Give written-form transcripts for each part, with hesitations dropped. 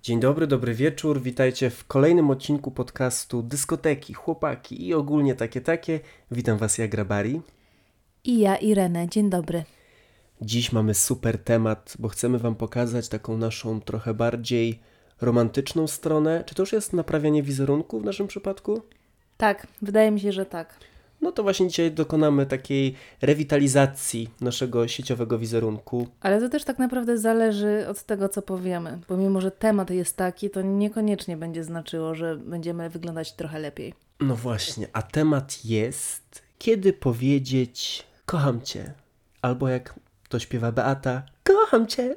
Dzień dobry, dobry wieczór, witajcie w kolejnym odcinku podcastu Dyskoteki, Chłopaki i ogólnie takie. Witam was, ja Grabari. I ja, Irenę. Dzień dobry. Dziś mamy super temat, bo chcemy wam pokazać taką naszą trochę bardziej romantyczną stronę. Czy to już jest naprawianie wizerunku w naszym przypadku? Tak, wydaje mi się, że tak. No to właśnie dzisiaj dokonamy takiej rewitalizacji naszego sieciowego wizerunku. Ale to też tak naprawdę zależy od tego, co powiemy. Bo mimo, że temat jest taki, to niekoniecznie będzie znaczyło, że będziemy wyglądać trochę lepiej. No właśnie, a temat jest, kiedy powiedzieć kocham cię. Albo jak to śpiewa Beata, kocham cię.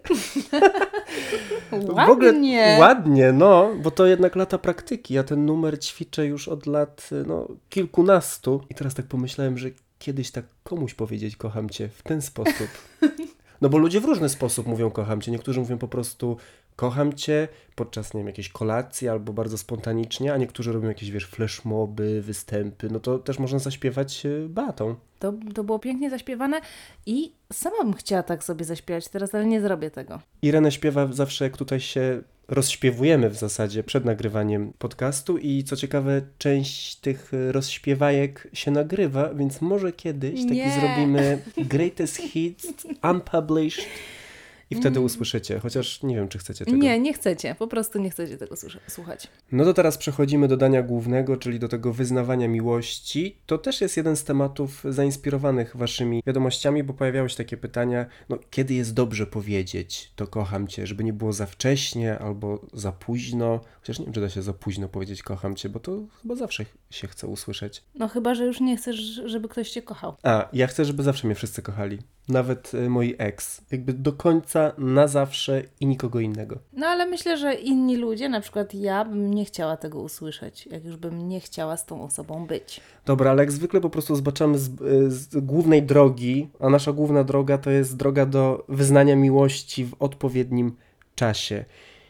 Ładnie. W ogóle ładnie, no, bo to jednak lata praktyki. Ja ten numer ćwiczę już od lat kilkunastu. I teraz tak pomyślałem, że kiedyś tak komuś powiedzieć kocham cię w ten sposób. No bo ludzie w różny sposób mówią kocham cię. Niektórzy mówią po prostu kocham cię podczas, nie wiem, jakiejś kolacji albo bardzo spontanicznie, a niektórzy robią jakieś, flashmoby, występy. No to też można zaśpiewać Beatą. To było pięknie zaśpiewane i sama bym chciała tak sobie zaśpiewać teraz, ale nie zrobię tego. Irenę śpiewa zawsze, jak tutaj się rozśpiewujemy w zasadzie przed nagrywaniem podcastu i co ciekawe, część tych rozśpiewajek się nagrywa, więc może kiedyś taki zrobimy Greatest Hits Unpublished i wtedy usłyszycie, chociaż nie wiem, czy chcecie tego. Nie chcecie, po prostu nie chcecie tego słuchać. No to teraz przechodzimy do dania głównego, czyli do tego wyznawania miłości. To też jest jeden z tematów zainspirowanych waszymi wiadomościami, bo pojawiały się takie pytania, kiedy jest dobrze powiedzieć to kocham cię, żeby nie było za wcześnie albo za późno. Chociaż nie wiem, czy da się za późno powiedzieć kocham cię, bo to chyba zawsze się chce usłyszeć. No chyba, że już nie chcesz, żeby ktoś cię kochał. Ja chcę, żeby zawsze mnie wszyscy kochali. Nawet moi ex. Jakby do końca, na zawsze i nikogo innego. No ale myślę, że inni ludzie, na przykład ja bym nie chciała tego usłyszeć, jak już bym nie chciała z tą osobą być. Dobra, ale jak zwykle po prostu zbaczamy z głównej drogi, a nasza główna droga to jest droga do wyznania miłości w odpowiednim czasie.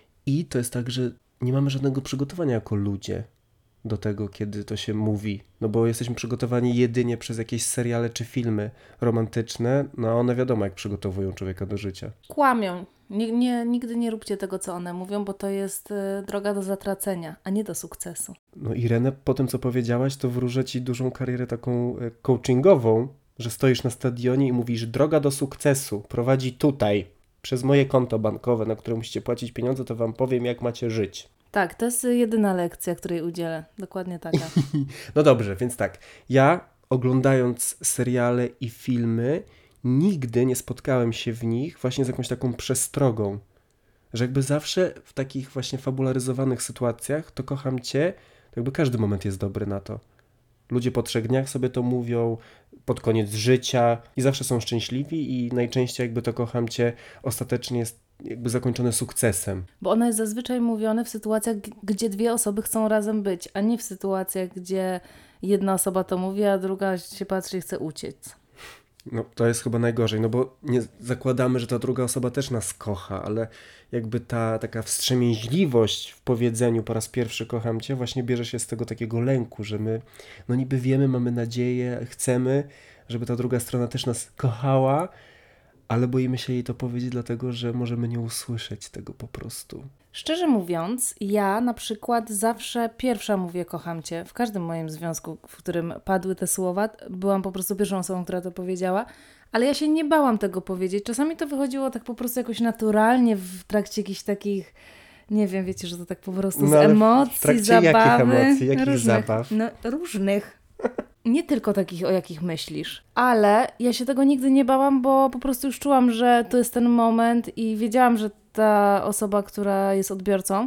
I to jest tak, że nie mamy żadnego przygotowania jako ludzie do tego, kiedy to się mówi. No bo jesteśmy przygotowani jedynie przez jakieś seriale czy filmy romantyczne, a one wiadomo, jak przygotowują człowieka do życia. Kłamią. Nigdy nie róbcie tego, co one mówią, bo to jest droga do zatracenia, a nie do sukcesu. No Irenę, po tym co powiedziałaś, to wróżę ci dużą karierę taką coachingową, że stoisz na stadionie i mówisz, droga do sukcesu prowadzi tutaj, przez moje konto bankowe, na które musicie płacić pieniądze, to wam powiem, jak macie żyć. Tak, to jest jedyna lekcja, której udzielę. Dokładnie taka. No dobrze, więc tak, ja oglądając seriale i filmy, nigdy nie spotkałem się w nich właśnie z jakąś taką przestrogą, że jakby zawsze w takich właśnie fabularyzowanych sytuacjach to kocham cię, to jakby każdy moment jest dobry na to. Ludzie po 3 dniach sobie to mówią, pod koniec życia i zawsze są szczęśliwi i najczęściej jakby to kocham cię ostatecznie jest jakby zakończone sukcesem. Bo ono jest zazwyczaj mówione w sytuacjach, gdzie dwie osoby chcą razem być, a nie w sytuacjach, gdzie jedna osoba to mówi, a druga się patrzy i chce uciec. No to jest chyba najgorzej, no bo nie zakładamy, że ta druga osoba też nas kocha, ale jakby ta taka wstrzemięźliwość w powiedzeniu po raz pierwszy kocham cię właśnie bierze się z tego takiego lęku, że my niby wiemy, mamy nadzieję, chcemy, żeby ta druga strona też nas kochała, ale boimy się jej to powiedzieć, dlatego że możemy nie usłyszeć tego po prostu. Szczerze mówiąc, ja na przykład zawsze pierwsza mówię kocham cię. W każdym moim związku, w którym padły te słowa, byłam po prostu pierwszą osobą, która to powiedziała, ale ja się nie bałam tego powiedzieć. Czasami to wychodziło tak po prostu jakoś naturalnie w trakcie jakichś takich, nie wiem, wiecie, że to tak po prostu z emocji, w trakcie zabawy. Jakich emocji, jakich różnych, zabaw? No, różnych. Nie tylko takich, o jakich myślisz, ale ja się tego nigdy nie bałam, bo po prostu już czułam, że to jest ten moment i wiedziałam, że ta osoba, która jest odbiorcą,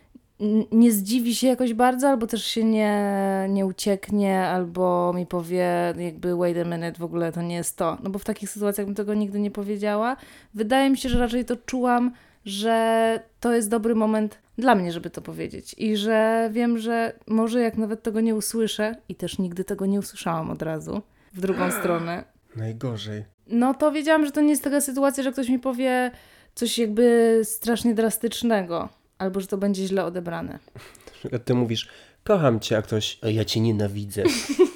nie zdziwi się jakoś bardzo, albo też się nie ucieknie, albo mi powie jakby wait a minute, w ogóle to nie jest to. No bo w takich sytuacjach bym tego nigdy nie powiedziała. Wydaje mi się, że raczej to czułam, że to jest dobry moment dla mnie, żeby to powiedzieć. I że wiem, że może jak nawet tego nie usłyszę, i też nigdy tego nie usłyszałam od razu, w drugą stronę. Najgorzej. No to wiedziałam, że to nie jest taka sytuacja, że ktoś mi powie coś jakby strasznie drastycznego, albo że to będzie źle odebrane. Ty mówisz, kocham cię, a ktoś, ja cię nienawidzę.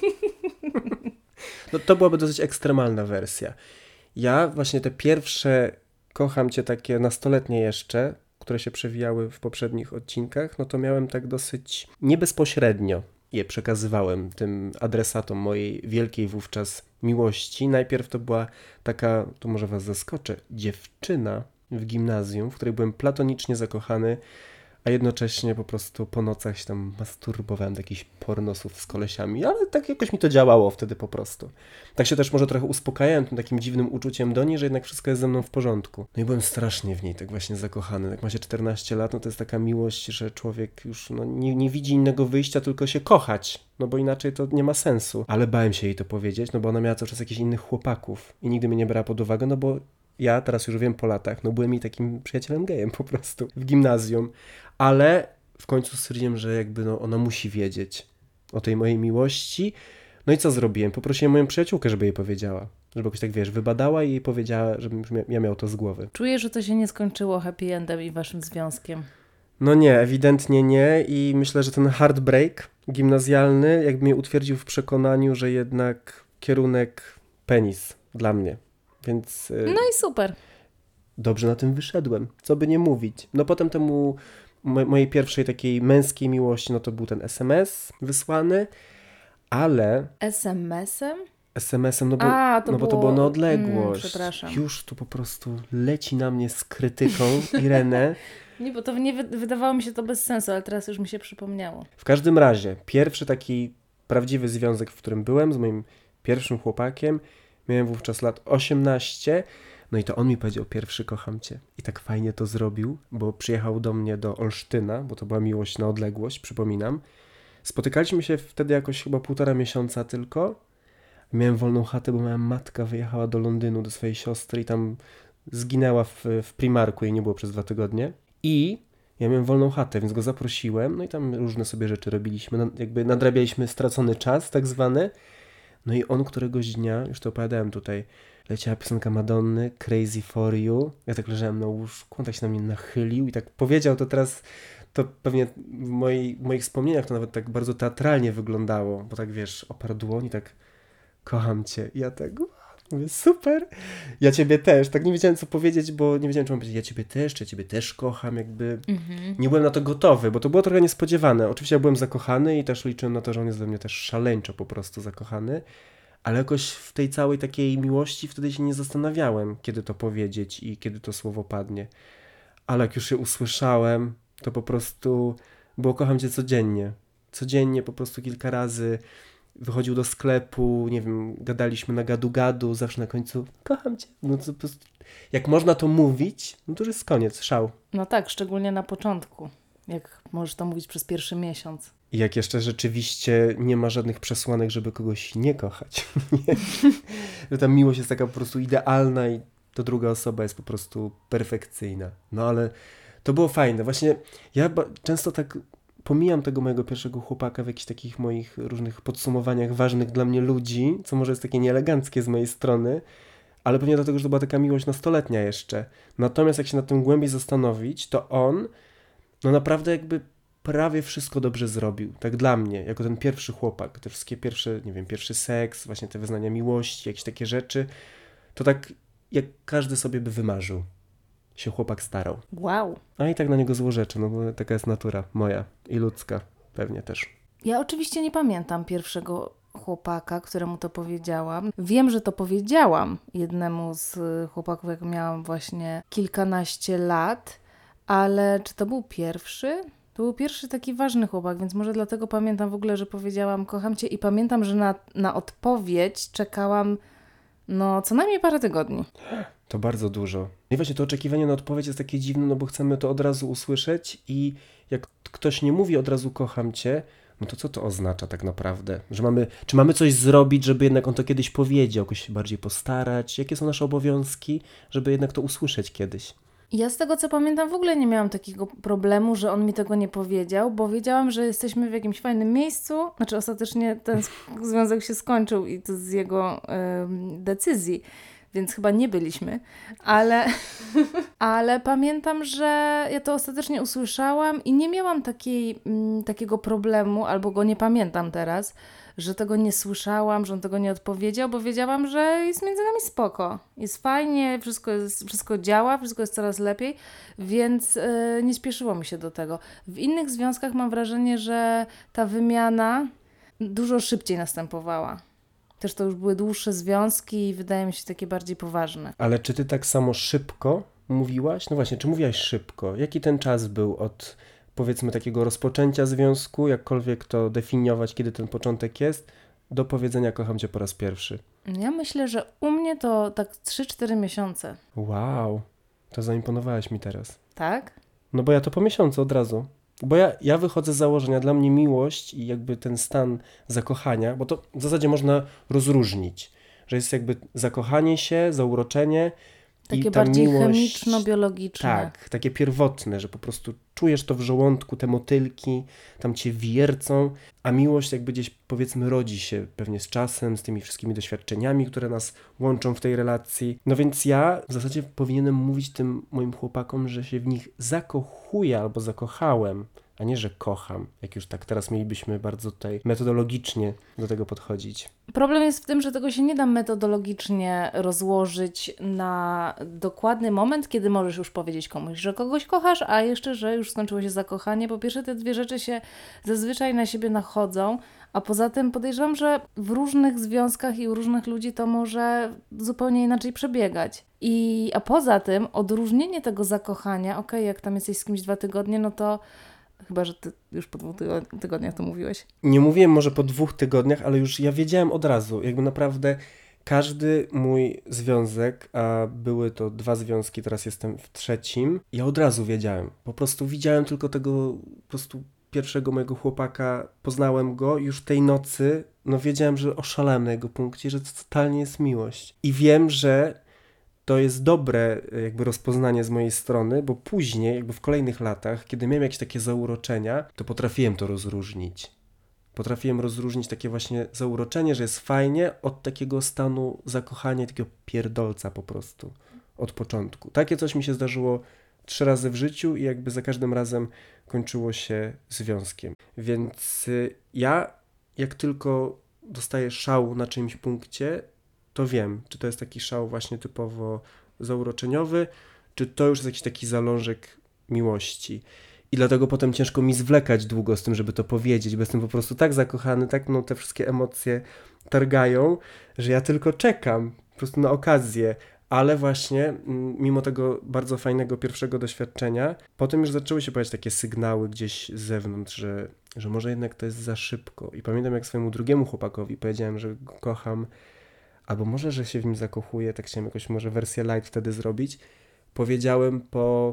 No to byłaby dosyć ekstremalna wersja. Ja właśnie te pierwsze kocham cię takie nastoletnie jeszcze, które się przewijały w poprzednich odcinkach, no to miałem tak dosyć nie bezpośrednio je przekazywałem tym adresatom mojej wielkiej wówczas miłości. Najpierw to była taka, to może was zaskoczę, dziewczyna w gimnazjum, w której byłem platonicznie zakochany, a jednocześnie po prostu po nocach się tam masturbowałem do jakichś pornosów z kolesiami, ale tak jakoś mi to działało wtedy po prostu. Tak się też może trochę uspokajałem tym takim dziwnym uczuciem do niej, że jednak wszystko jest ze mną w porządku. No i byłem strasznie w niej tak właśnie zakochany. Jak ma się 14 lat, no to jest taka miłość, że człowiek już nie widzi innego wyjścia, tylko się kochać, no bo inaczej to nie ma sensu. Ale bałem się jej to powiedzieć, no bo ona miała cały czas jakichś innych chłopaków i nigdy mnie nie brała pod uwagę, no bo ja teraz już wiem po latach, no byłem jej takim przyjacielem gejem po prostu w gimnazjum, ale w końcu stwierdziłem, że jakby ona musi wiedzieć o tej mojej miłości. No i co zrobiłem? Poprosiłem moją przyjaciółkę, żeby jej powiedziała. Żeby jakoś tak, wybadała i jej powiedziała, żebym ja miał to z głowy. Czuję, że to się nie skończyło happy endem i waszym związkiem. No nie, ewidentnie nie i myślę, że ten heartbreak gimnazjalny jakby mnie utwierdził w przekonaniu, że jednak kierunek penis dla mnie. Więc no i super. Dobrze na tym wyszedłem, co by nie mówić. No potem temu mojej pierwszej takiej męskiej miłości, no to był ten SMS wysłany, ale... SMS-em? SMS-em, bo to było na odległość. Przepraszam. Już tu po prostu leci na mnie z krytyką Irenę. Nie, bo to wydawało mi się to bez sensu, ale teraz już mi się przypomniało. W każdym razie, pierwszy taki prawdziwy związek, w którym byłem z moim pierwszym chłopakiem, miałem wówczas lat 18, no i to on mi powiedział pierwszy kocham cię. I tak fajnie to zrobił, bo przyjechał do mnie do Olsztyna, bo to była miłość na odległość, przypominam. Spotykaliśmy się wtedy jakoś chyba 1,5 miesiąca tylko. Miałem wolną chatę, bo moja matka wyjechała do Londynu, do swojej siostry i tam zginęła w Primarku, jej nie było przez 2 tygodnie. I ja miałem wolną chatę, więc go zaprosiłem, no i tam różne sobie rzeczy robiliśmy, jakby nadrabialiśmy stracony czas tak zwany. No i on któregoś dnia, już to opowiadałem tutaj, leciała piosenka Madonny, Crazy for You. Ja tak leżałem na łóżku, on tak się na mnie nachylił i tak powiedział, to teraz, to pewnie w moich wspomnieniach to nawet tak bardzo teatralnie wyglądało, bo tak oparł dłoń i tak kocham cię. I ja tak mówię, super, ja ciebie też. Tak nie wiedziałem co powiedzieć, bo nie wiedziałem czy mam powiedzieć, ja ciebie też, czy ja ciebie też kocham, jakby nie byłem na to gotowy, bo to było trochę niespodziewane. Oczywiście ja byłem zakochany i też liczyłem na to, że on jest we mnie też szaleńczo po prostu zakochany, ale jakoś w tej całej takiej miłości wtedy się nie zastanawiałem, kiedy to powiedzieć i kiedy to słowo padnie. Ale jak już się usłyszałem, to po prostu było kocham cię codziennie. Codziennie po prostu kilka razy wychodził do sklepu, nie wiem, gadaliśmy na gadu-gadu, zawsze na końcu kocham cię. No to po prostu, jak można to mówić, no to już jest koniec, szał. No tak, szczególnie na początku, jak możesz to mówić przez pierwszy miesiąc. I jak jeszcze rzeczywiście nie ma żadnych przesłanek, żeby kogoś nie kochać. Nie? Że ta miłość jest taka po prostu idealna i to druga osoba jest po prostu perfekcyjna. No ale to było fajne. Właśnie ja często tak pomijam tego mojego pierwszego chłopaka w jakichś takich moich różnych podsumowaniach ważnych dla mnie ludzi, co może jest takie nieeleganckie z mojej strony, ale pewnie dlatego, że to była taka miłość nastoletnia jeszcze. Natomiast jak się nad tym głębiej zastanowić, to on no naprawdę jakby prawie wszystko dobrze zrobił. Tak dla mnie, jako ten pierwszy chłopak. Te wszystkie pierwsze, nie wiem, pierwszy seks, właśnie te wyznania miłości, jakieś takie rzeczy, to tak jak każdy sobie by wymarzył. Się chłopak starał. Wow. A i tak na niego złorzeczę, no bo taka jest natura moja i ludzka pewnie też. Ja oczywiście nie pamiętam pierwszego chłopaka, któremu to powiedziałam. Wiem, że to powiedziałam jednemu z chłopaków, jak miałam właśnie kilkanaście lat, ale czy to był pierwszy? To był pierwszy taki ważny chłopak, więc może dlatego pamiętam w ogóle, że powiedziałam kocham cię i pamiętam, że na odpowiedź czekałam co najmniej parę tygodni. To bardzo dużo. No i właśnie to oczekiwanie na odpowiedź jest takie dziwne, no bo chcemy to od razu usłyszeć i jak ktoś nie mówi od razu kocham cię, no to co to oznacza tak naprawdę? Że czy mamy coś zrobić, żeby jednak on to kiedyś powiedział, jakoś się bardziej postarać? Jakie są nasze obowiązki, żeby jednak to usłyszeć kiedyś? Ja z tego, co pamiętam, w ogóle nie miałam takiego problemu, że on mi tego nie powiedział, bo wiedziałam, że jesteśmy w jakimś fajnym miejscu. Znaczy ostatecznie ten związek się skończył i to z jego decyzji, więc chyba nie byliśmy, ale pamiętam, że ja to ostatecznie usłyszałam i nie miałam takiego problemu, albo go nie pamiętam teraz, że tego nie słyszałam, że on tego nie odpowiedział, bo wiedziałam, że jest między nami spoko. Jest fajnie, wszystko działa, wszystko jest coraz lepiej, więc nie spieszyło mi się do tego. W innych związkach mam wrażenie, że ta wymiana dużo szybciej następowała. Też to już były dłuższe związki i wydaje mi się takie bardziej poważne. Ale czy ty tak samo szybko mówiłaś? No właśnie, czy mówiłaś szybko? Jaki ten czas był od, powiedzmy, takiego rozpoczęcia związku, jakkolwiek to definiować, kiedy ten początek jest, do powiedzenia kocham cię po raz pierwszy? Ja myślę, że u mnie to tak 3-4 miesiące. Wow, to zaimponowałaś mi teraz. Tak? No bo ja to po miesiącu od razu. Bo ja wychodzę z założenia, dla mnie miłość i jakby ten stan zakochania, bo to w zasadzie można rozróżnić, że jest jakby zakochanie się, zauroczenie i Takie ta bardziej miłość, chemiczno-biologiczne. tak, takie pierwotne, że po prostu czujesz to w żołądku, te motylki tam cię wiercą, a miłość jakby gdzieś powiedzmy rodzi się pewnie z czasem, z tymi wszystkimi doświadczeniami, które nas łączą w tej relacji. No więc ja w zasadzie powinienem mówić tym moim chłopakom, że się w nich zakochuję albo zakochałem, a nie, że kocham. Jak już tak teraz mielibyśmy bardzo tutaj metodologicznie do tego podchodzić. Problem jest w tym, że tego się nie da metodologicznie rozłożyć na dokładny moment, kiedy możesz już powiedzieć komuś, że kogoś kochasz, a jeszcze, że już skończyło się zakochanie. Po pierwsze, te dwie rzeczy się zazwyczaj na siebie nachodzą, a poza tym podejrzewam, że w różnych związkach i u różnych ludzi to może zupełnie inaczej przebiegać. A poza tym odróżnienie tego zakochania, jak tam jesteś z kimś 2 tygodnie, no to chyba, że ty już po 2 tygodniach to mówiłeś. Nie mówiłem może po 2 tygodniach, ale już ja wiedziałem od razu, jakby naprawdę każdy mój związek, a były to 2 związki, teraz jestem w 3, ja od razu wiedziałem. Po prostu widziałem tylko tego po prostu pierwszego mojego chłopaka, poznałem go już tej nocy, no wiedziałem, że oszalałem na jego punkcie, że to totalnie jest miłość. I wiem, że to jest dobre jakby rozpoznanie z mojej strony, bo później, jakby w kolejnych latach, kiedy miałem jakieś takie zauroczenia, to potrafiłem to rozróżnić. Potrafiłem rozróżnić takie właśnie zauroczenie, że jest fajnie, od takiego stanu zakochania, takiego pierdolca po prostu, od początku. Takie coś mi się zdarzyło 3 razy w życiu i jakby za każdym razem kończyło się związkiem. Więc ja, jak tylko dostaję szału na czymś punkcie, to wiem, czy to jest taki szał właśnie typowo zauroczeniowy, czy to już jest jakiś taki zalążek miłości. I dlatego potem ciężko mi zwlekać długo z tym, żeby to powiedzieć, bo jestem po prostu tak zakochany, tak te wszystkie emocje targają, że ja tylko czekam po prostu na okazję. Ale właśnie mimo tego bardzo fajnego pierwszego doświadczenia, potem już zaczęły się pojawiać takie sygnały gdzieś z zewnątrz, że może jednak to jest za szybko. I pamiętam, jak swojemu drugiemu chłopakowi powiedziałem, że go kocham, albo może, że się w nim zakochuję, tak chciałem jakoś może wersję light wtedy zrobić. Powiedziałem po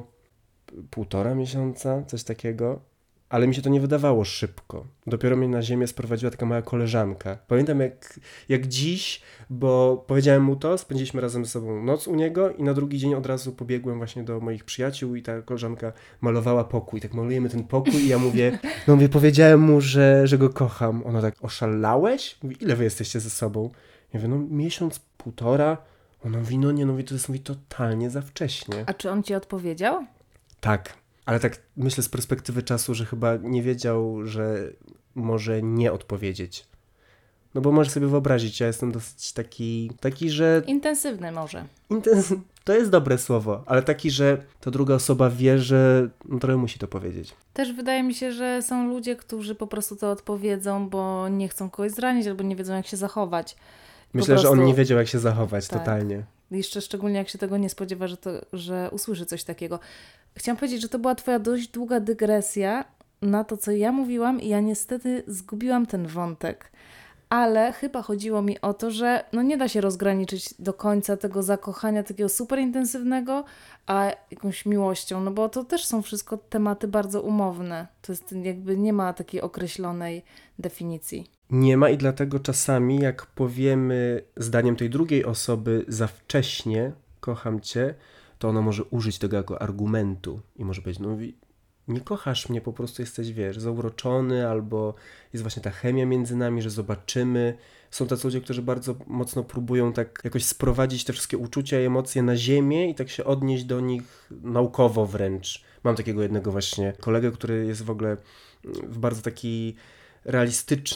1,5 miesiąca, coś takiego, ale mi się to nie wydawało szybko. Dopiero mnie na ziemię sprowadziła taka moja koleżanka. Pamiętam jak dziś, bo powiedziałem mu to, spędziliśmy razem ze sobą noc u niego i na drugi dzień od razu pobiegłem właśnie do moich przyjaciół i ta koleżanka malowała pokój. Tak malujemy ten pokój i ja mówię, powiedziałem mu, że go kocham. Ona tak, oszalałeś? Mówi, ile wy jesteście ze sobą? Ja mówię, 1,5 miesiąca. Ona mówi, to jest totalnie za wcześnie. A czy on ci odpowiedział? Tak, ale tak myślę z perspektywy czasu, że chyba nie wiedział, że może nie odpowiedzieć. No bo możesz sobie wyobrazić, ja jestem dosyć taki, że... Intensywny może. To jest dobre słowo, ale taki, że ta druga osoba wie, że trochę musi to powiedzieć. Też wydaje mi się, że są ludzie, którzy po prostu to odpowiedzą, bo nie chcą kogoś zranić albo nie wiedzą, jak się zachować. Myślę, że on nie wiedział, jak się zachować, tak. Totalnie. Jeszcze szczególnie, jak się tego nie spodziewa, że usłyszy coś takiego. Chciałam powiedzieć, że to była twoja dość długa dygresja na to, co ja mówiłam i ja niestety zgubiłam ten wątek. Ale chyba chodziło mi o to, że nie da się rozgraniczyć do końca tego zakochania takiego super intensywnego, a jakąś miłością, bo to też są wszystko tematy bardzo umowne. To jest jakby nie ma takiej określonej definicji. Nie ma i dlatego czasami jak powiemy zdaniem tej drugiej osoby za wcześnie kocham cię, to ona może użyć tego jako argumentu i może powiedzieć, nie kochasz mnie, po prostu jesteś, zauroczony, albo jest właśnie ta chemia między nami, że zobaczymy. Są tacy ludzie, którzy bardzo mocno próbują tak jakoś sprowadzić te wszystkie uczucia i emocje na ziemię i tak się odnieść do nich naukowo wręcz. Mam takiego jednego właśnie kolegę, który jest w ogóle bardzo taki realistyczny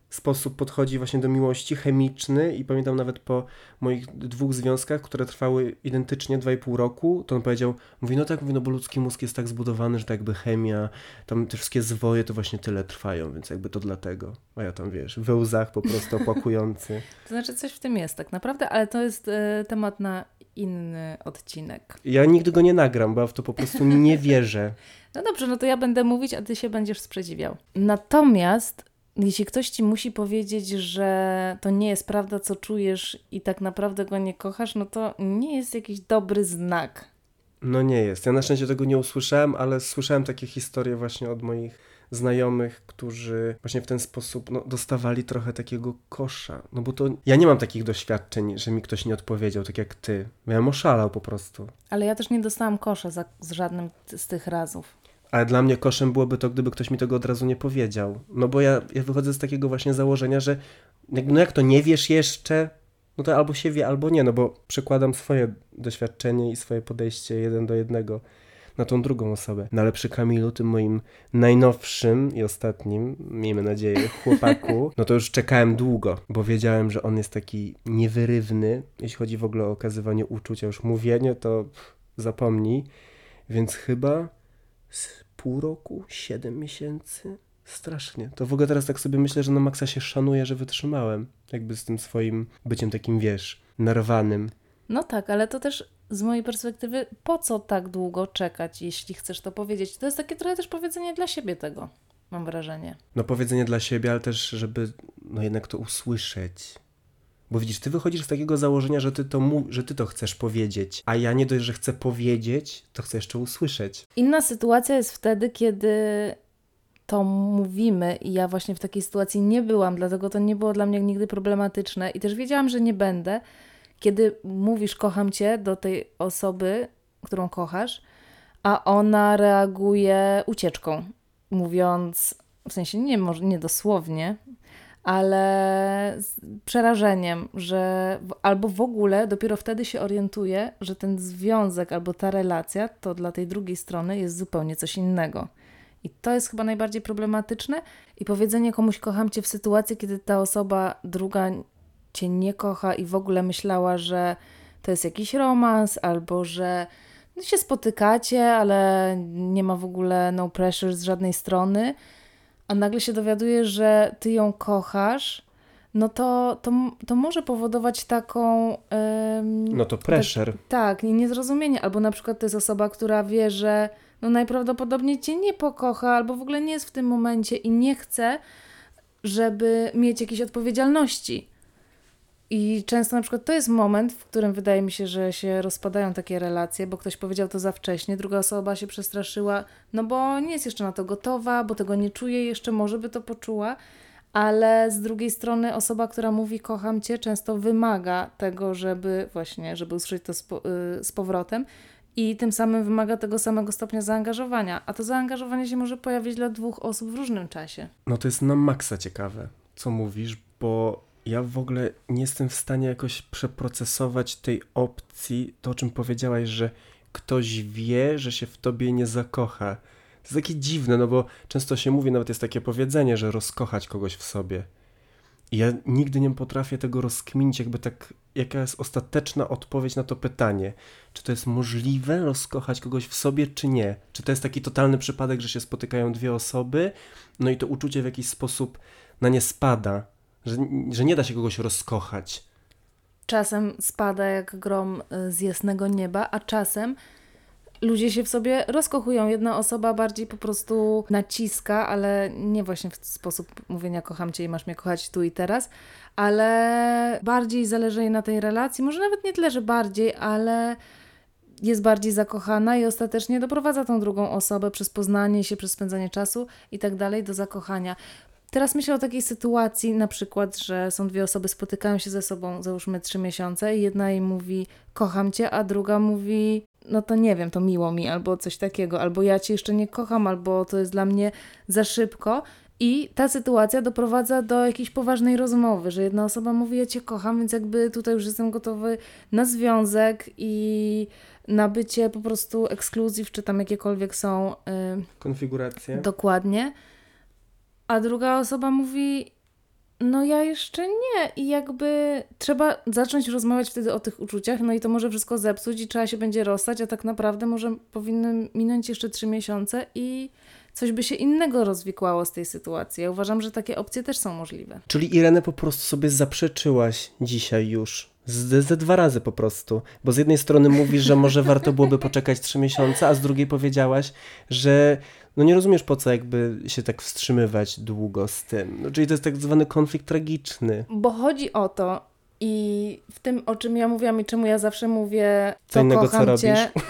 sposób podchodzi właśnie do miłości, chemiczny i pamiętam nawet po moich 2 związkach, które trwały identycznie 2,5 roku, to on powiedział, no bo ludzki mózg jest tak zbudowany, że tak jakby chemia, tam te wszystkie zwoje to właśnie tyle trwają, więc jakby to dlatego. A ja tam wiesz, we łzach po prostu opłakujący. To znaczy coś w tym jest tak naprawdę, ale to jest temat na inny odcinek. Ja nigdy go nie nagram, bo ja w to po prostu nie wierzę. No dobrze, no to ja będę mówić, a ty się będziesz sprzeciwiał. Natomiast jeśli ktoś ci musi powiedzieć, że to nie jest prawda, co czujesz i tak naprawdę go nie kochasz, no to nie jest jakiś dobry znak. No nie jest. Ja na szczęście tego nie usłyszałem, ale słyszałem takie historie właśnie od moich znajomych, którzy właśnie w ten sposób dostawali trochę takiego kosza. No bo to ja nie mam takich doświadczeń, że mi ktoś nie odpowiedział, tak jak ty. Miałem oszalał po prostu. Ale ja też nie dostałam kosza z żadnym z tych razów. Ale dla mnie koszem byłoby to, gdyby ktoś mi tego od razu nie powiedział. No bo ja wychodzę z takiego właśnie założenia, że jak to nie wiesz jeszcze, no to albo się wie, albo nie, no bo przekładam swoje doświadczenie i swoje podejście 1:1 na tą drugą osobę. No ale przy Kamilu, tym moim najnowszym i ostatnim, miejmy nadzieję, chłopaku, no to już czekałem długo, bo wiedziałem, że on jest taki niewyrywny, jeśli chodzi w ogóle o okazywanie uczucia, już mówienie, to zapomnij, więc chyba z pół roku, 7 miesięcy, strasznie. To w ogóle teraz tak sobie myślę, że na maksa się szanuję, że wytrzymałem, jakby z tym swoim byciem takim, wiesz, nerwanym. No tak, ale to też z mojej perspektywy, po co tak długo czekać, jeśli chcesz to powiedzieć? To jest takie trochę też powiedzenie dla siebie tego, mam wrażenie. No powiedzenie dla siebie, ale też, żeby jednak to usłyszeć. Bo widzisz, ty wychodzisz z takiego założenia, że ty to chcesz powiedzieć, a ja nie dość, że chcę powiedzieć, to chcę jeszcze usłyszeć. Inna sytuacja jest wtedy, kiedy to mówimy i ja właśnie w takiej sytuacji nie byłam, dlatego to nie było dla mnie nigdy problematyczne i też wiedziałam, że nie będę, kiedy mówisz kocham cię do tej osoby, którą kochasz, a ona reaguje ucieczką, mówiąc, w sensie nie dosłownie, ale z przerażeniem, że albo w ogóle dopiero wtedy się orientuje, że ten związek albo ta relacja to dla tej drugiej strony jest zupełnie coś innego. I to jest chyba najbardziej problematyczne i powiedzenie komuś kocham cię w sytuacji, kiedy ta osoba druga cię nie kocha i w ogóle myślała, że to jest jakiś romans albo że się spotykacie, ale nie ma w ogóle no pressure z żadnej strony, a nagle się dowiadujesz, że ty ją kochasz, no to może powodować taką... No to pressure. Tak, niezrozumienie. Albo na przykład to jest osoba, która wie, że no najprawdopodobniej cię nie pokocha, albo w ogóle nie jest w tym momencie i nie chce, żeby mieć jakieś odpowiedzialności. I często na przykład to jest moment, w którym wydaje mi się, że się rozpadają takie relacje, bo ktoś powiedział to za wcześnie, druga osoba się przestraszyła, no bo nie jest jeszcze na to gotowa, bo tego nie czuje jeszcze, może by to poczuła, ale z drugiej strony osoba, która mówi kocham cię, często wymaga tego, żeby usłyszeć to z powrotem i tym samym wymaga tego samego stopnia zaangażowania, a to zaangażowanie się może pojawić dla 2 osób w różnym czasie. No to jest na maksa ciekawe, co mówisz, bo ja w ogóle nie jestem w stanie jakoś przeprocesować tej opcji, to o czym powiedziałaś, że ktoś wie, że się w tobie nie zakocha. To jest takie dziwne, no bo często się mówi, nawet jest takie powiedzenie, że rozkochać kogoś w sobie. I ja nigdy nie potrafię tego rozkminić, jakby tak, jaka jest ostateczna odpowiedź na to pytanie. Czy to jest możliwe rozkochać kogoś w sobie, czy nie? Czy to jest taki totalny przypadek, że się spotykają 2 osoby, no i to uczucie w jakiś sposób na nie spada, że nie da się kogoś rozkochać. Czasem spada jak grom z jasnego nieba, a czasem ludzie się w sobie rozkochują. Jedna osoba bardziej po prostu naciska, ale nie właśnie w sposób mówienia kocham cię i masz mnie kochać tu i teraz, ale bardziej zależy jej na tej relacji. Może nawet nie tyle, że bardziej, ale jest bardziej zakochana i ostatecznie doprowadza tą drugą osobę przez poznanie się, przez spędzanie czasu i tak dalej do zakochania. Teraz myślę o takiej sytuacji, na przykład, że są 2 osoby, spotykają się ze sobą, załóżmy 3 miesiące i jedna jej mówi kocham cię, a druga mówi no to nie wiem, to miło mi, albo coś takiego, albo ja cię jeszcze nie kocham, albo to jest dla mnie za szybko. I ta sytuacja doprowadza do jakiejś poważnej rozmowy, że jedna osoba mówi ja cię kocham, więc jakby tutaj już jestem gotowy na związek i na bycie po prostu ekskluzyw, czy tam jakiekolwiek są konfiguracje. Dokładnie. A druga osoba mówi No ja jeszcze nie i jakby trzeba zacząć rozmawiać wtedy o tych uczuciach, no i to może wszystko zepsuć i trzeba się będzie rozstać, a tak naprawdę może powinny minąć jeszcze 3 miesiące i coś by się innego rozwikłało z tej sytuacji. Ja uważam, że takie opcje też są możliwe. Czyli Irenę po prostu sobie zaprzeczyłaś dzisiaj już. Ze 2 razy po prostu. Bo z jednej strony mówisz, że może warto byłoby poczekać 3 miesiące, a z drugiej powiedziałaś, że no nie rozumiesz po co jakby się tak wstrzymywać długo z tym. No, czyli to jest tak zwany konflikt tragiczny. Bo chodzi o to i w tym, o czym ja mówiłam i czemu ja zawsze mówię, Co innego, kocham co cię. robisz?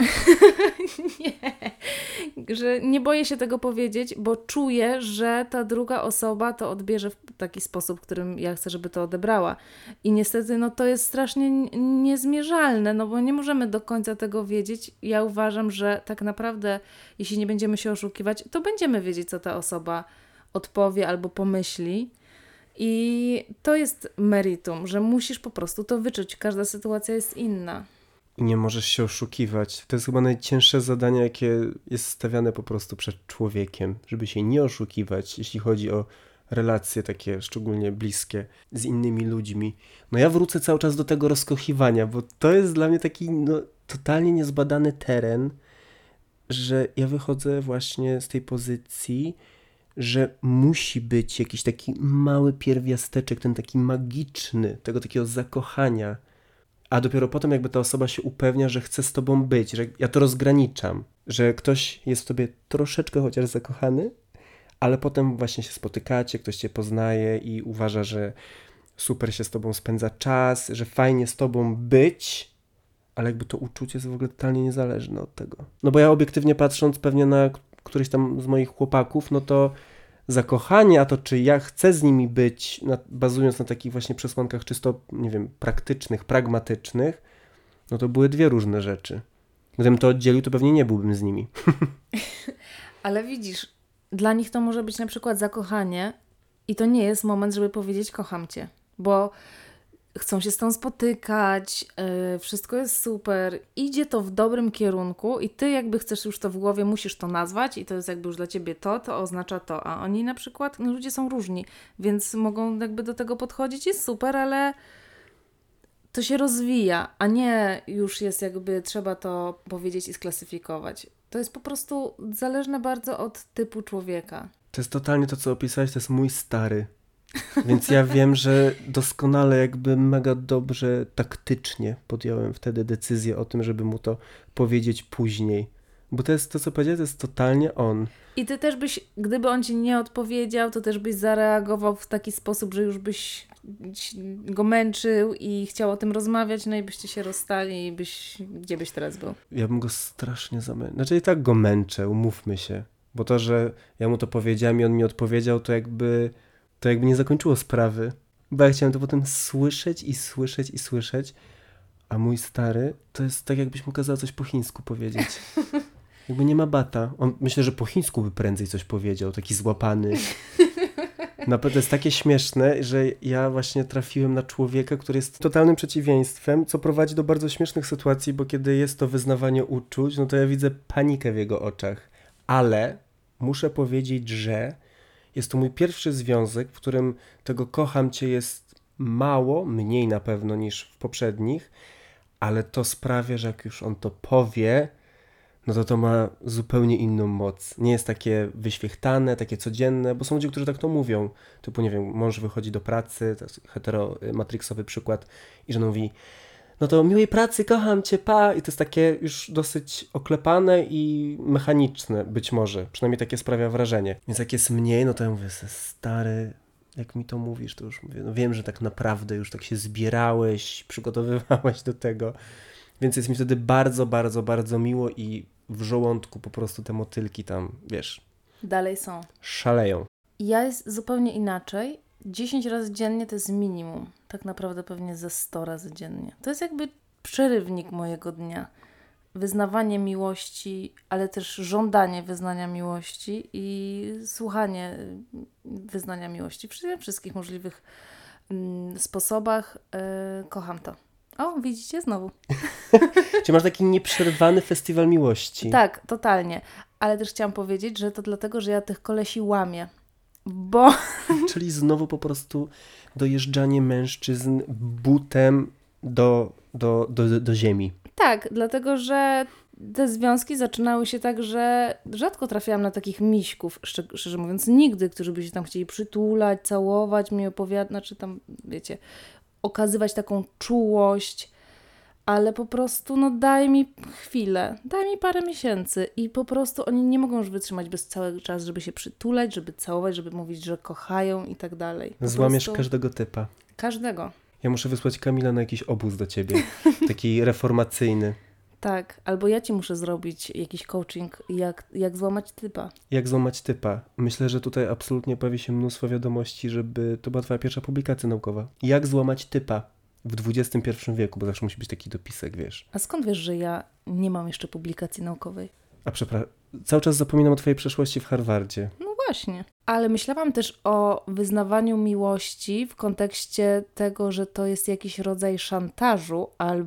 Nie, że nie boję się tego powiedzieć, bo czuję, że ta druga osoba to odbierze w taki sposób, którym ja chcę, żeby to odebrała. I niestety no to jest strasznie niezmierzalne, no bo nie możemy do końca tego wiedzieć. Ja uważam, że tak naprawdę, jeśli nie będziemy się oszukiwać, to będziemy wiedzieć, co ta osoba odpowie albo pomyśli. I to jest meritum, że musisz po prostu to wyczuć. Każda sytuacja jest inna. I nie możesz się oszukiwać. To jest chyba najcięższe zadanie, jakie jest stawiane po prostu przed człowiekiem, żeby się nie oszukiwać, jeśli chodzi o relacje takie szczególnie bliskie z innymi ludźmi. No ja wrócę cały czas do tego rozkochiwania, bo to jest dla mnie taki totalnie niezbadany teren, że ja wychodzę właśnie z tej pozycji, że musi być jakiś taki mały pierwiasteczek, ten taki magiczny, tego takiego zakochania. A dopiero potem jakby ta osoba się upewnia, że chce z tobą być, że ja to rozgraniczam, że ktoś jest w tobie troszeczkę chociaż zakochany, ale potem właśnie się spotykacie, ktoś cię poznaje i uważa, że super się z tobą spędza czas, że fajnie z tobą być, ale jakby to uczucie jest w ogóle totalnie niezależne od tego. No bo ja obiektywnie patrząc pewnie na któryś tam z moich chłopaków, no to zakochanie, a to czy ja chcę z nimi być, bazując na takich właśnie przesłankach czysto, nie wiem, praktycznych, pragmatycznych, no to były 2 różne rzeczy. Gdybym to oddzielił, to pewnie nie byłbym z nimi. Ale widzisz, dla nich to może być na przykład zakochanie i to nie jest moment, żeby powiedzieć kocham cię, bo chcą się z tą spotykać, wszystko jest super, idzie to w dobrym kierunku i ty jakby chcesz już to w głowie, musisz to nazwać i to jest jakby już dla ciebie to oznacza to, a oni na przykład, no ludzie są różni, więc mogą jakby do tego podchodzić, jest super, ale to się rozwija, a nie już jest jakby trzeba to powiedzieć i sklasyfikować. To jest po prostu zależne bardzo od typu człowieka. To jest totalnie to, co opisałeś, to jest mój stary. Więc ja wiem, że doskonale jakby mega dobrze, taktycznie podjąłem wtedy decyzję o tym, żeby mu to powiedzieć później. Bo to jest to, co powiedziałeś, to jest totalnie on. I ty też byś, gdyby on ci nie odpowiedział, to też byś zareagował w taki sposób, że już byś go męczył i chciał o tym rozmawiać, no i byście się rozstali i gdzie byś teraz był? Ja bym go strasznie zamęczył. Znaczy i tak go męczę, umówmy się. Bo to, że ja mu to powiedziałem i on mi odpowiedział, to jakby nie zakończyło sprawy. Bo ja chciałem to potem słyszeć i słyszeć i słyszeć. A mój stary, to jest tak jakbyś mu kazał coś po chińsku powiedzieć. Jakby nie ma bata. On myślę, że po chińsku by prędzej coś powiedział, taki złapany. Naprawdę to jest takie śmieszne, że ja właśnie trafiłem na człowieka, który jest totalnym przeciwieństwem, co prowadzi do bardzo śmiesznych sytuacji, bo kiedy jest to wyznawanie uczuć, no to ja widzę panikę w jego oczach. Ale muszę powiedzieć, że jest to mój pierwszy związek, w którym tego kocham cię jest mało, mniej na pewno niż w poprzednich, ale to sprawia, że jak już on to powie, no to ma zupełnie inną moc. Nie jest takie wyświechtane, takie codzienne, bo są ludzie, którzy tak to mówią. Typu, nie wiem, mąż wychodzi do pracy, to jest heteromatrixowy przykład, i żona mówi, no to miłej pracy, kocham cię, pa. I to jest takie już dosyć oklepane i mechaniczne być może. Przynajmniej takie sprawia wrażenie. Więc jak jest mniej, no to ja mówię, stary, jak mi to mówisz, to już mówię, no wiem, że tak naprawdę już tak się zbierałeś, przygotowywałeś do tego. Więc jest mi wtedy bardzo, bardzo, bardzo miło i w żołądku po prostu te motylki tam, wiesz, Dalej są. szaleją. Ja jest zupełnie inaczej. 10 razy dziennie to jest minimum. Tak naprawdę pewnie ze 100 razy dziennie. To jest jakby przerywnik mojego dnia. Wyznawanie miłości, ale też żądanie wyznania miłości i słuchanie wyznania miłości w wszystkich możliwych sposobach. Kocham to. O, widzicie? Znowu. Czy masz taki nieprzerwany festiwal miłości? Tak, totalnie. Ale też chciałam powiedzieć, że to dlatego, że ja tych kolesi łamię. Bo Czyli znowu po prostu dojeżdżanie mężczyzn butem do ziemi. tak, dlatego że te związki zaczynały się tak, że rzadko trafiałam na takich miśków, szczerze mówiąc, nigdy, którzy by się tam chcieli przytulać, całować, mi opowiadać, znaczy tam, wiecie, okazywać taką czułość, ale po prostu, no daj mi chwilę, daj mi parę miesięcy i po prostu oni nie mogą już wytrzymać bez cały czas, żeby się przytulać, żeby całować, żeby mówić, że kochają i tak dalej. Po Złamiesz prostu każdego typa. każdego. Ja muszę wysłać Kamila na jakiś obóz do ciebie. Taki reformacyjny. Tak, albo ja ci muszę zrobić jakiś coaching, jak złamać typa. Jak złamać typa? Myślę, że tutaj absolutnie pojawi się mnóstwo wiadomości, żeby to była twoja pierwsza publikacja naukowa. Jak złamać typa w XXI wieku, bo zawsze musi być taki dopisek, wiesz. A skąd wiesz, że ja nie mam jeszcze publikacji naukowej? A przepraszam, cały czas zapominam o twojej przeszłości w Harvardzie. No właśnie. Ale myślałam też o wyznawaniu miłości w kontekście tego, że to jest jakiś rodzaj szantażu,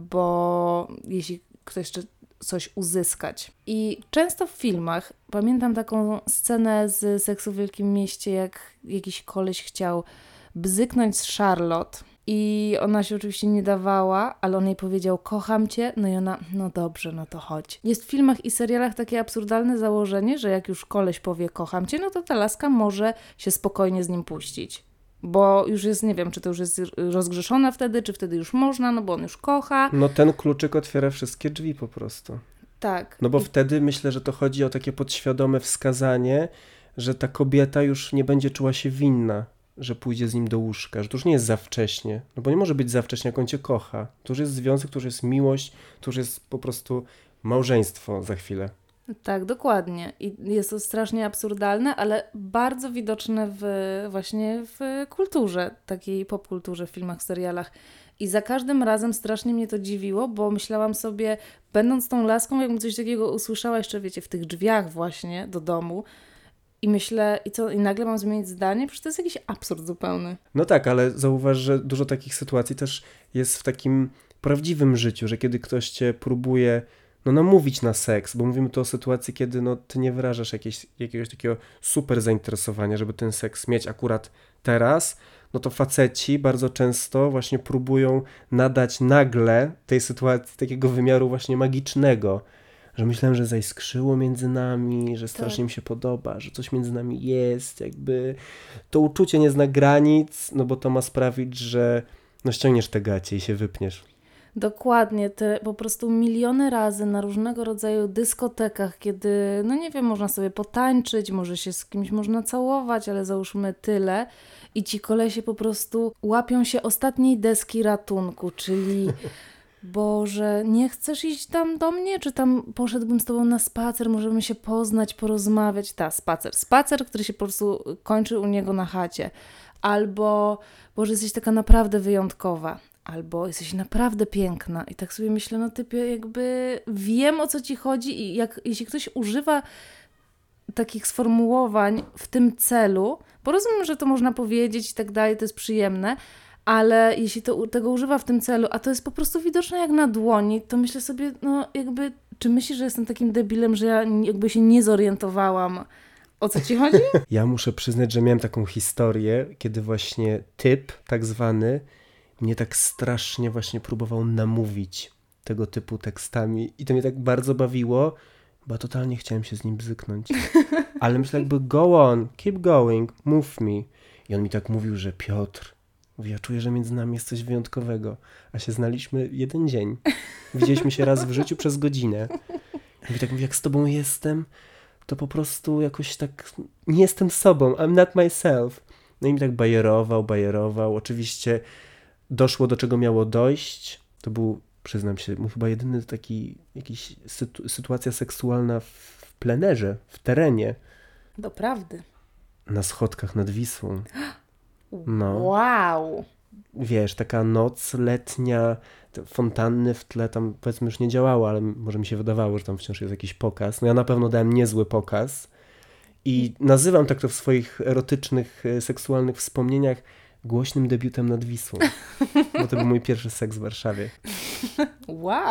albo jeśli ktoś chce coś uzyskać. I często w filmach pamiętam taką scenę z Seksu w Wielkim Mieście, jak jakiś koleś chciał bzyknąć z Charlotte i ona się oczywiście nie dawała, ale on jej powiedział: kocham cię, no i ona: no dobrze, no to chodź. Jest w filmach i serialach takie absurdalne założenie, że jak już koleś powie kocham cię, no to ta laska może się spokojnie z nim puścić. Bo już jest, nie wiem, czy to już jest rozgrzeszona wtedy, czy wtedy już można, no bo on już kocha. No ten kluczyk otwiera wszystkie drzwi po prostu. Tak. No bo wtedy myślę, że to chodzi o takie podświadome wskazanie, że ta kobieta już nie będzie czuła się winna, że pójdzie z nim do łóżka, że to już nie jest za wcześnie. No bo nie może być za wcześnie, jak on cię kocha. To już jest związek, to już jest miłość, to już jest po prostu małżeństwo za chwilę. Tak, dokładnie. I jest to strasznie absurdalne, ale bardzo widoczne właśnie w kulturze, takiej popkulturze, w filmach, serialach. I za każdym razem strasznie mnie to dziwiło, bo myślałam sobie, będąc tą laską, jakbym coś takiego usłyszała jeszcze, wiecie, w tych drzwiach właśnie do domu, i myślę, i co, i nagle mam zmienić zdanie? Przecież to jest jakiś absurd zupełny. No tak, ale zauważ, że dużo takich sytuacji też jest w takim prawdziwym życiu, że kiedy ktoś cię próbuje namówić na seks, bo mówimy tu o sytuacji, kiedy ty nie wyrażasz jakiegoś takiego super zainteresowania, żeby ten seks mieć akurat teraz, no to faceci bardzo często właśnie próbują nadać nagle tej sytuacji takiego wymiaru właśnie magicznego, że myślałem, że zaiskrzyło między nami, że strasznie mi się podoba, że coś między nami jest, jakby to uczucie nie zna granic, no bo to ma sprawić, że ściągniesz te gacie i się wypniesz. Dokładnie, te po prostu miliony razy na różnego rodzaju dyskotekach, kiedy, no nie wiem, można sobie potańczyć, może się z kimś można całować, ale załóżmy tyle i ci kolesie po prostu łapią się ostatniej deski ratunku, czyli Boże, nie chcesz iść tam do mnie? Czy tam poszedłbym z tobą na spacer, możemy się poznać, porozmawiać? Spacer, który się po prostu kończy u niego na chacie. Albo, Boże, jesteś taka naprawdę wyjątkowa. Albo jesteś naprawdę piękna. I tak sobie myślę, no typie, jakby wiem, o co ci chodzi i jeśli ktoś używa takich sformułowań w tym celu, bo rozumiem, że to można powiedzieć i tak dalej, to jest przyjemne, ale jeśli tego używa w tym celu, a to jest po prostu widoczne jak na dłoni, to myślę sobie, no jakby, czy myślisz, że jestem takim debilem, że ja jakby się nie zorientowałam, o co ci chodzi? Ja muszę przyznać, że miałem taką historię, kiedy właśnie typ tak zwany mnie tak strasznie właśnie próbował namówić tego typu tekstami i to mnie tak bardzo bawiło, bo totalnie chciałem się z nim bzyknąć. Ale myślę jakby go on, keep going, move me. I on mi tak mówił, że Piotr, ja czuję, że między nami jest coś wyjątkowego, a się znaliśmy 1 dzień. Widzieliśmy się raz w życiu przez godzinę. I tak mówi, jak z tobą jestem, to po prostu jakoś tak nie jestem sobą, I'm not myself. No i mi tak bajerował. Oczywiście doszło do czego miało dojść. To był, przyznam się, chyba jedyny taki jakiś sytuacja seksualna w plenerze, w terenie. Doprawdy. Na schodkach nad Wisłą. No. Wow. Wiesz, taka noc letnia, te fontanny w tle tam powiedzmy już nie działały, ale może mi się wydawało, że tam wciąż jest jakiś pokaz. No ja na pewno dałem niezły pokaz i nazywam tak to w swoich erotycznych, seksualnych wspomnieniach głośnym debiutem nad Wisłą. Bo to był mój pierwszy seks w Warszawie. Wow.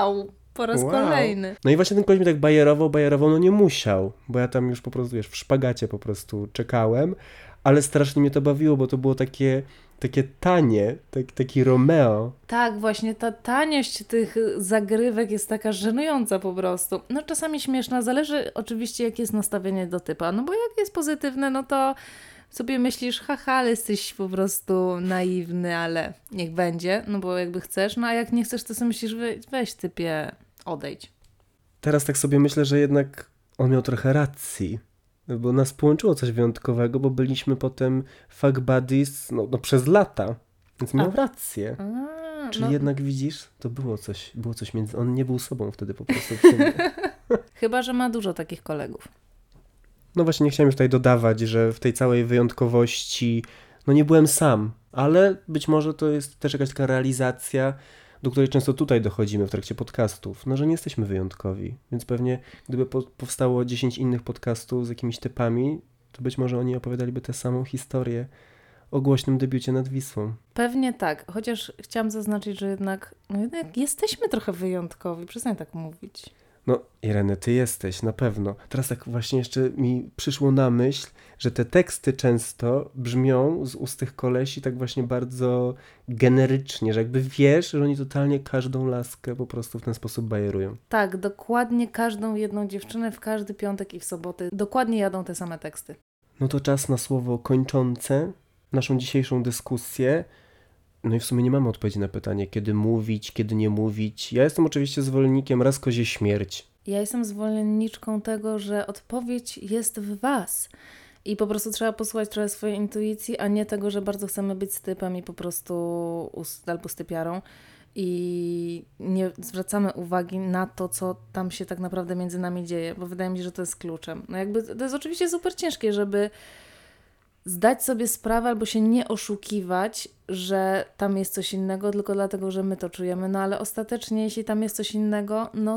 Po raz kolejny. No i właśnie ten koleś mi tak bajerował, no nie musiał, bo ja tam już po prostu, wiesz, w szpagacie po prostu czekałem, ale strasznie mnie to bawiło, bo to było takie tanie, taki Romeo. Tak, właśnie ta taniość tych zagrywek jest taka żenująca po prostu. No czasami śmieszna, zależy oczywiście jakie jest nastawienie do typa, no bo jak jest pozytywne, no to sobie myślisz, haha, ale jesteś po prostu naiwny, ale niech będzie, no bo jakby chcesz, no a jak nie chcesz, to sobie myślisz, weź typie, odejdź. Teraz tak sobie myślę, że jednak on miał trochę racji, bo nas połączyło coś wyjątkowego, bo byliśmy potem fuck buddies no przez lata, więc miał rację. Czyli jednak widzisz, to było coś między... On nie był sobą wtedy po prostu. Chyba, że ma dużo takich kolegów. No właśnie, nie chciałem już tutaj dodawać, że w tej całej wyjątkowości, no nie byłem sam, ale być może to jest też jakaś taka realizacja, do której często tutaj dochodzimy w trakcie podcastów, no że nie jesteśmy wyjątkowi, więc pewnie gdyby powstało 10 innych podcastów z jakimiś typami, to być może oni opowiadaliby tę samą historię o głośnym debiucie nad Wisłą. Pewnie tak, chociaż chciałam zaznaczyć, że jednak jesteśmy trochę wyjątkowi, przestań tak mówić. No, Irene, ty jesteś, na pewno. Teraz tak właśnie jeszcze mi przyszło na myśl, że te teksty często brzmią z ust tych kolesi tak właśnie bardzo generycznie, że jakby wiesz, że oni totalnie każdą laskę po prostu w ten sposób bajerują. Tak, dokładnie każdą jedną dziewczynę w każdy piątek i w soboty. Dokładnie jadą te same teksty. No to czas na słowo kończące naszą dzisiejszą dyskusję. No i w sumie nie mamy odpowiedzi na pytanie, kiedy mówić, kiedy nie mówić. Ja jestem oczywiście zwolennikiem raz kozie śmierć. Ja jestem zwolenniczką tego, że odpowiedź jest w was. I po prostu trzeba posłuchać trochę swojej intuicji, a nie tego, że bardzo chcemy być z typem i po prostu albo z typiarą i nie zwracamy uwagi na to, co tam się tak naprawdę między nami dzieje, bo wydaje mi się, że to jest kluczem. No jakby to jest oczywiście super ciężkie, żeby zdać sobie sprawę albo się nie oszukiwać, że tam jest coś innego, tylko dlatego, że my to czujemy. No ale ostatecznie, jeśli tam jest coś innego, no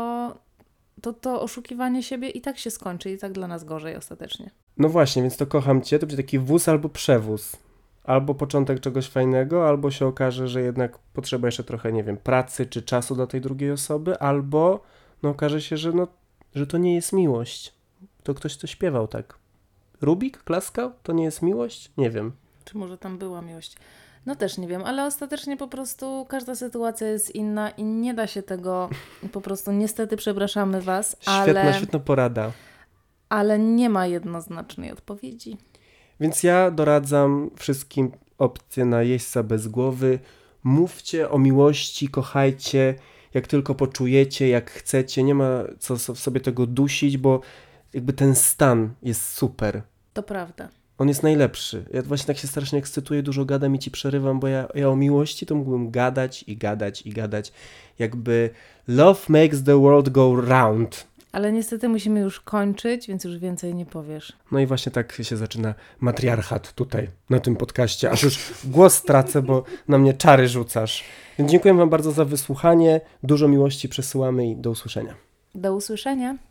to oszukiwanie siebie i tak się skończy i tak dla nas gorzej ostatecznie. No właśnie, więc to kocham cię, to będzie taki wóz albo przewóz. Albo początek czegoś fajnego, albo się okaże, że jednak potrzeba jeszcze trochę, nie wiem, pracy czy czasu dla tej drugiej osoby, albo no okaże się, że to nie jest miłość. To ktoś to śpiewał tak. Rubik klaskał? To nie jest miłość? Nie wiem. Czy może tam była miłość? No też nie wiem, ale ostatecznie po prostu każda sytuacja jest inna i nie da się tego, po prostu niestety przepraszamy was, Świetna porada. Ale nie ma jednoznacznej odpowiedzi. Więc ja doradzam wszystkim opcję na jeźdźca bez głowy. Mówcie o miłości, kochajcie, jak tylko poczujecie, jak chcecie. Nie ma co w sobie tego dusić, bo jakby ten stan jest super. To prawda. On jest najlepszy. Ja właśnie tak się strasznie ekscytuję, dużo gadam i ci przerywam, bo ja o miłości to mógłbym gadać i gadać i gadać. Jakby love makes the world go round. Ale niestety musimy już kończyć, więc już więcej nie powiesz. No i właśnie tak się zaczyna matriarchat tutaj, na tym podcaście. Aż już głos tracę, bo na mnie czary rzucasz. Więc dziękuję wam bardzo za wysłuchanie. Dużo miłości przesyłamy i do usłyszenia. Do usłyszenia.